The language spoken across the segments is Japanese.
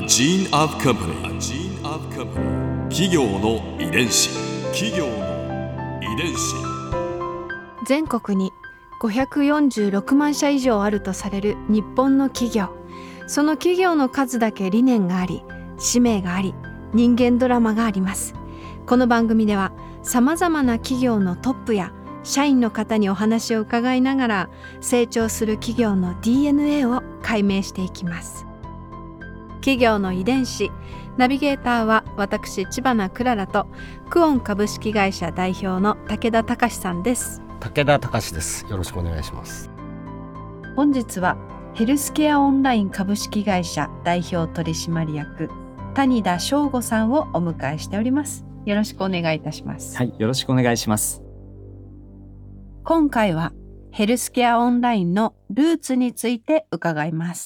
gene of company. A gene of company. 企業の遺伝子。企業の遺伝子。 全国に546万社以上あるとされる日本の企業。その企業の数だけ理念があり、使命があり、人間ドラマがあります。この番組ではさまざまな企業のトップや社員の方にお話を伺いながら、成長する企業の DNA を解明していきます。企業の遺伝子、ナビゲーターは私知花くららとクオン株式会社代表の武田隆さんです。 武田隆です。よろしくお願いします。 本日はヘルスケアオンライン株式会社代表取締役谷田翔吾さんをお迎えしております。よろしくお願いいたします。 はい、よろしくお願いします。 今回はヘルスケアオンラインのルーツについて伺います。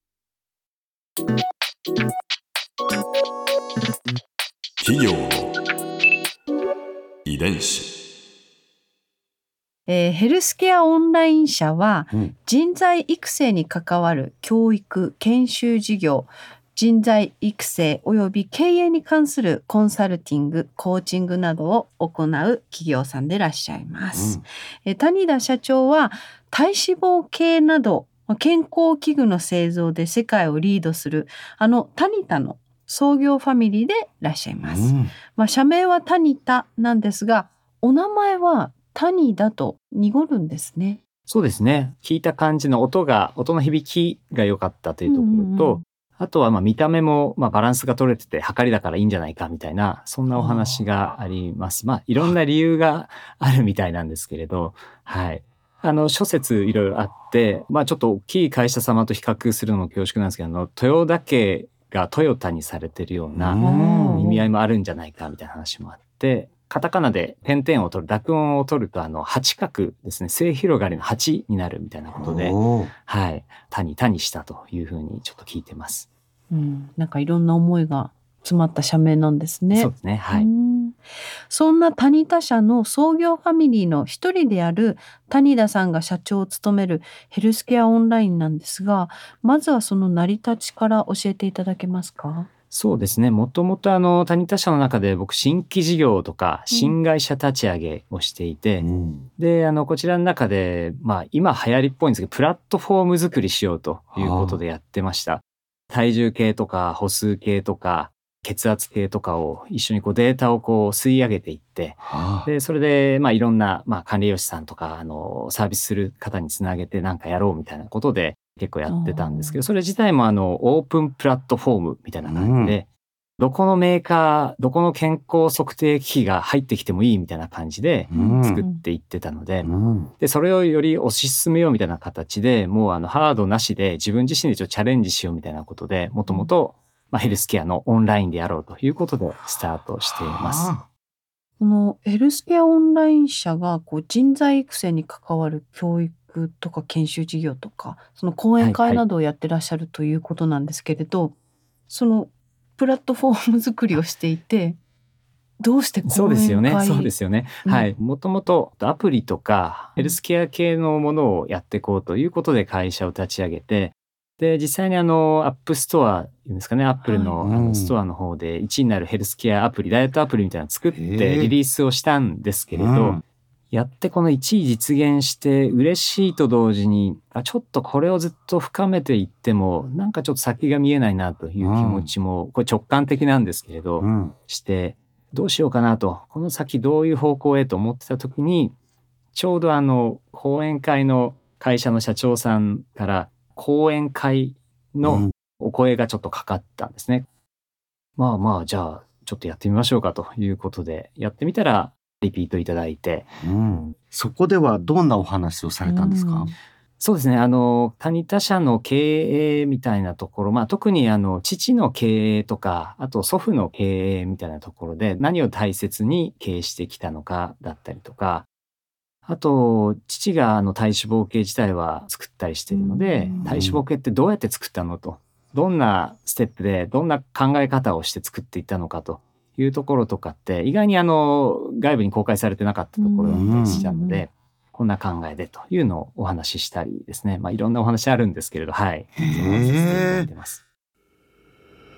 企業の遺伝子。 ヘルスケアオンライン社は、人材育成に関わる教育・研修事業、人材育成及び経営に関するコンサルティング、コーチングなどを行う企業さんでいらっしゃいます。谷田社長は体脂肪計など健康器具の製造で世界をリードするタニタの創業ファミリーでいらっしゃいます。社名はタニタなんですが、お名前は谷田と濁るんですね。 そうですね。聞いた感じの音の響きが良かったというところと、あとは見た目もバランスが取れてて量りだからいいんじゃないかみたいな、そんなお話があります。いろんな理由があるみたいなんですけれど、はい。諸説いろいろあって、ちょっと大きい会社様と比較するのも恐縮なんですけど、豊田家がトヨタにされてるような意味合いもあるんじゃないかみたいな話もあって、カタカナで点々を取る、濁音を取ると八画ですね、末広がりの八になるみたいなことで、はい、谷したというふうにちょっと聞いてます。 なんかいろんな思いが詰まった社名なんですね。 そうですね。はい。 そんな谷田社の創業ファミリーの一人である谷田さんが社長を務めるヘルスケアオンラインなんですが、まずはその成り立ちから教えていただけますか？ そうですね。もともと谷田社の中で僕新規事業とか新会社立ち上げをしていて、でこちらの中で今流行りっぽいんですけど、プラットフォーム作りしようということでやってました。体重計とか歩数計とか血圧計とかを一緒にデータを吸い上げていって、でそれでいろんな管理栄養士さんとかサービスする方につなげてなんかやろうみたいなことで結構やってたんですけど、それ自体もオープンプラットフォームみたいな感じで、どこのメーカー、どこの健康測定機器が入ってきてもいいみたいな感じで作っていってたので、でそれをより推し進めようみたいな形で、もうハードなしで自分自身でちょっとチャレンジしようみたいなことで、もともとヘルスケアのオンラインでやろうということでスタートしています。 このヘルスケアオンライン社が人材育成に関わる教育とか研修事業とか、その講演会などをやってらっしゃるということなんですけれど、そのプラットフォーム作りをしていて、どうして講演会？ そうですよね。はい。もともとアプリとかヘルスケア系のものをやっていこうということで会社を立ち上げて、で実際にアップストアですかね、アップルのストアの方で1位になるヘルスケアアプリ、ダイエットアプリみたいなのを作ってリリースをしたんですけれど、やってこの1位実現して嬉しいと同時に、ちょっとこれをずっと深めていってもなんかちょっと先が見えないなという気持ちも、これ直感的なんですけれど、して、どうしようかなと、この先どういう方向へと思ってた時に、ちょうど講演会の会社の社長さんから講演会のお声がちょっとかかったんですね。じゃあちょっとやってみましょうかということでやってみたらリピートいただいて、 そこではどんなお話をされたんですか？ そうですね。谷田社の経営みたいなところ、特に父の経営とか、あと祖父の経営みたいなところで何を大切に経営してきたのかだったりとか、あと父が体脂肪計自体は作ったりしているので、体脂肪計ってどうやって作ったのと、どんなステップでどんな考え方をして作っていったのかというところとかって意外に外部に公開されてなかったところだったりしたので、こんな考えでというのをお話ししたりですね、いろんなお話あるんですけれど、はい、その話させていただいてます。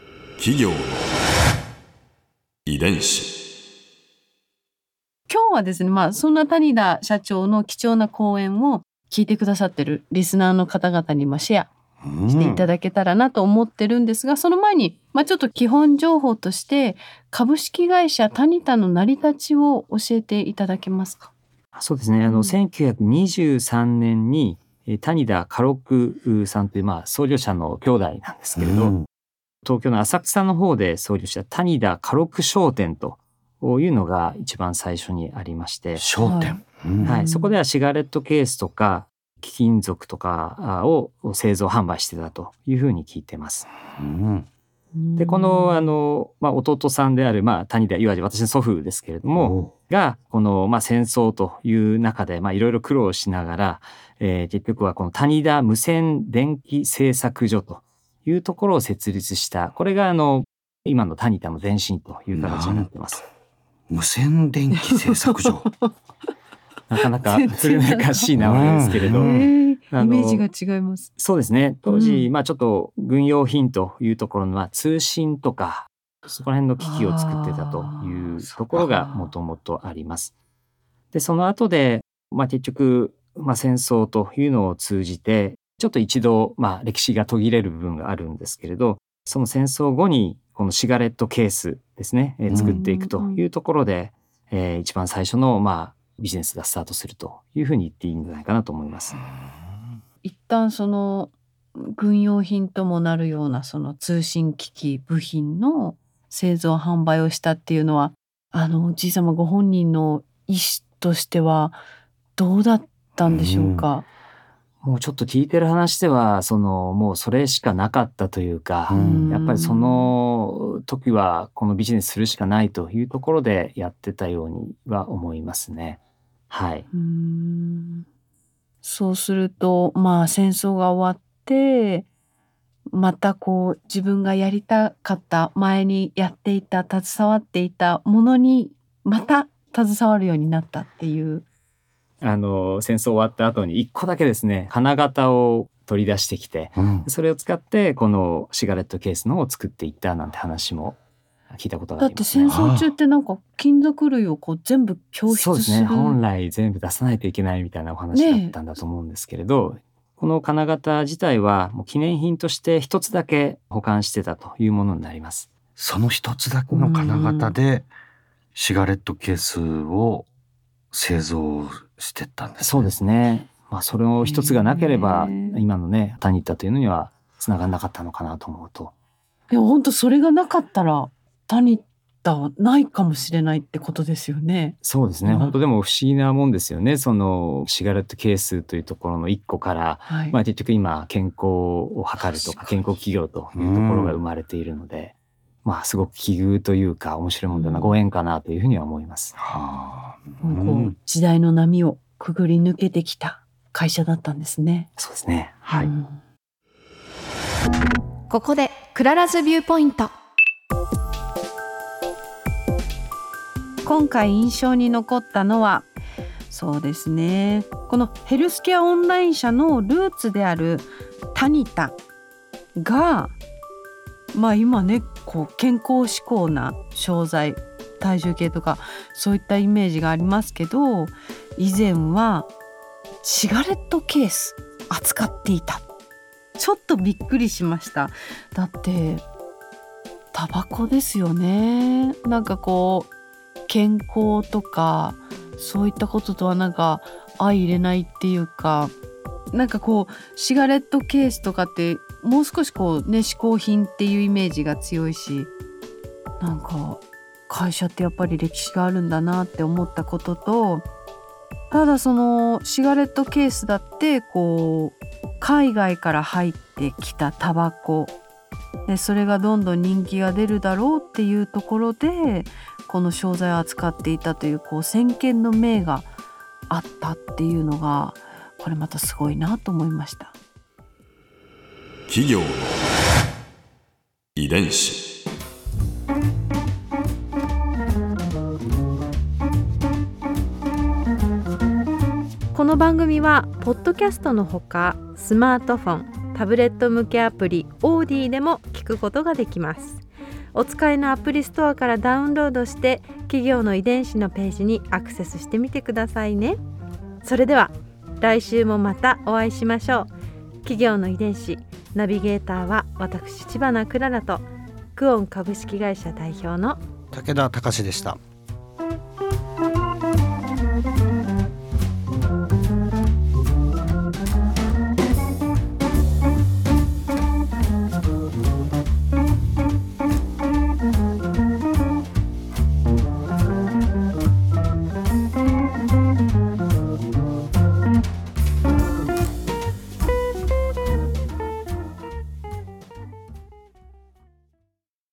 企業の遺伝子。 今日はですね、そんな谷田社長の貴重な講演を聞いてくださってるリスナーの方々にシェアしていただけたらなと思ってるんですが、その前に、ちょっと基本情報として株式会社タニタの成り立ちを教えていただけますか？ そうですね。1923年に谷田家禄さんという創業者の兄弟なんですけれど、東京の浅草の方で創業した谷田家禄商店というのが一番最初にありまして、 商店、 はい、そこではシガレットケースとか貴金属とかを製造販売してたというふうに聞いてます。でこの弟さんである谷田、いわゆる私の祖父ですけれどもがこの戦争という中でいろいろ苦労しながら、結局はこの谷田無線電気製作所というところを設立した。これが今の谷田の前身という形になってます。 無線電気製作所なかなか古めかしい名前ですけれど、イメージが違います。 そうですね。当時、ちょっと軍用品というところの通信とかそこら辺の機器を作ってたというところがもともとあります。でその後で、結局、戦争というのを通じてちょっと一度、歴史が途切れる部分があるんですけれど、その戦争後にこのシガレットケースですね、作っていくというところで、一番最初のビジネスがスタートするというふうに言っていいんじゃないかなと思います。 一旦その軍用品ともなるようなその通信機器部品の製造販売をしたっていうのは、おじい様ご本人の意思としてはどうだったんでしょうか？ もうちょっと聞いてる話ではもうそれしかなかったというか、やっぱりその時はこのビジネスするしかないというところでやってたようには思いますね。はい。 そうすると戦争が終わってまた自分がやりたかった前にやっていた携わっていたものにまた携わるようになったっていう。 戦争終わった後に一個だけですね、金型を取り出してきて、それを使ってこのシガレットケースのを作っていったなんて話も聞いたことがありますね。 だって戦争中って金属類を全部供出する。 そうですね。本来全部出さないといけないみたいなお話だったんだと思うんですけれど、この金型自体はもう記念品として一つだけ保管してたというものになります。 その一つだけの金型でシガレットケースを製造してったんですね。 そうですね。それを一つがなければ今のねタニタというのにはつながんなかったのかなと思うと、 でも本当それがなかったらタニタはないかもしれないってことですよね。 そうですね。本当でも不思議なもんですよね。そのシガレットケースというところの一個から、結局今健康を図るとか健康企業というところが生まれているので、すごく奇遇というか面白いものなご縁かなというふうには思います。 時代の波をくぐり抜けてきた会社だったんですね。 そうですね。はい。 ここでクララズビューポイント。 今回印象に残ったのはそうですね、このヘルスケアオンライン社のルーツであるタニタが今ね健康志向な商材、体重計とかそういったイメージがありますけど、以前はシガレットケース扱っていた。ちょっとびっくりしました。だってタバコですよね。健康とかそういったこととは相入れないっていうか、シガレットケースとかってもう少し嗜好品っていうイメージが強いし、会社ってやっぱり歴史があるんだなって思ったことと、ただそのシガレットケースだって海外から入ってきたタバコで、それがどんどん人気が出るだろうっていうところでこの商材を扱っていたという先見の明があったっていうのが、これまたすごいなと思いました。 企業の遺伝子。 この番組はポッドキャストのほかスマートフォン、タブレット向けアプリオーディでも聞くことができます。 お使いのアプリストアからダウンロードして企業の遺伝子のページにアクセスしてみてくださいね。それでは来週もまたお会いしましょう。企業の遺伝子ナビゲーターは私知花くららとクオン株式会社代表の武田隆でした。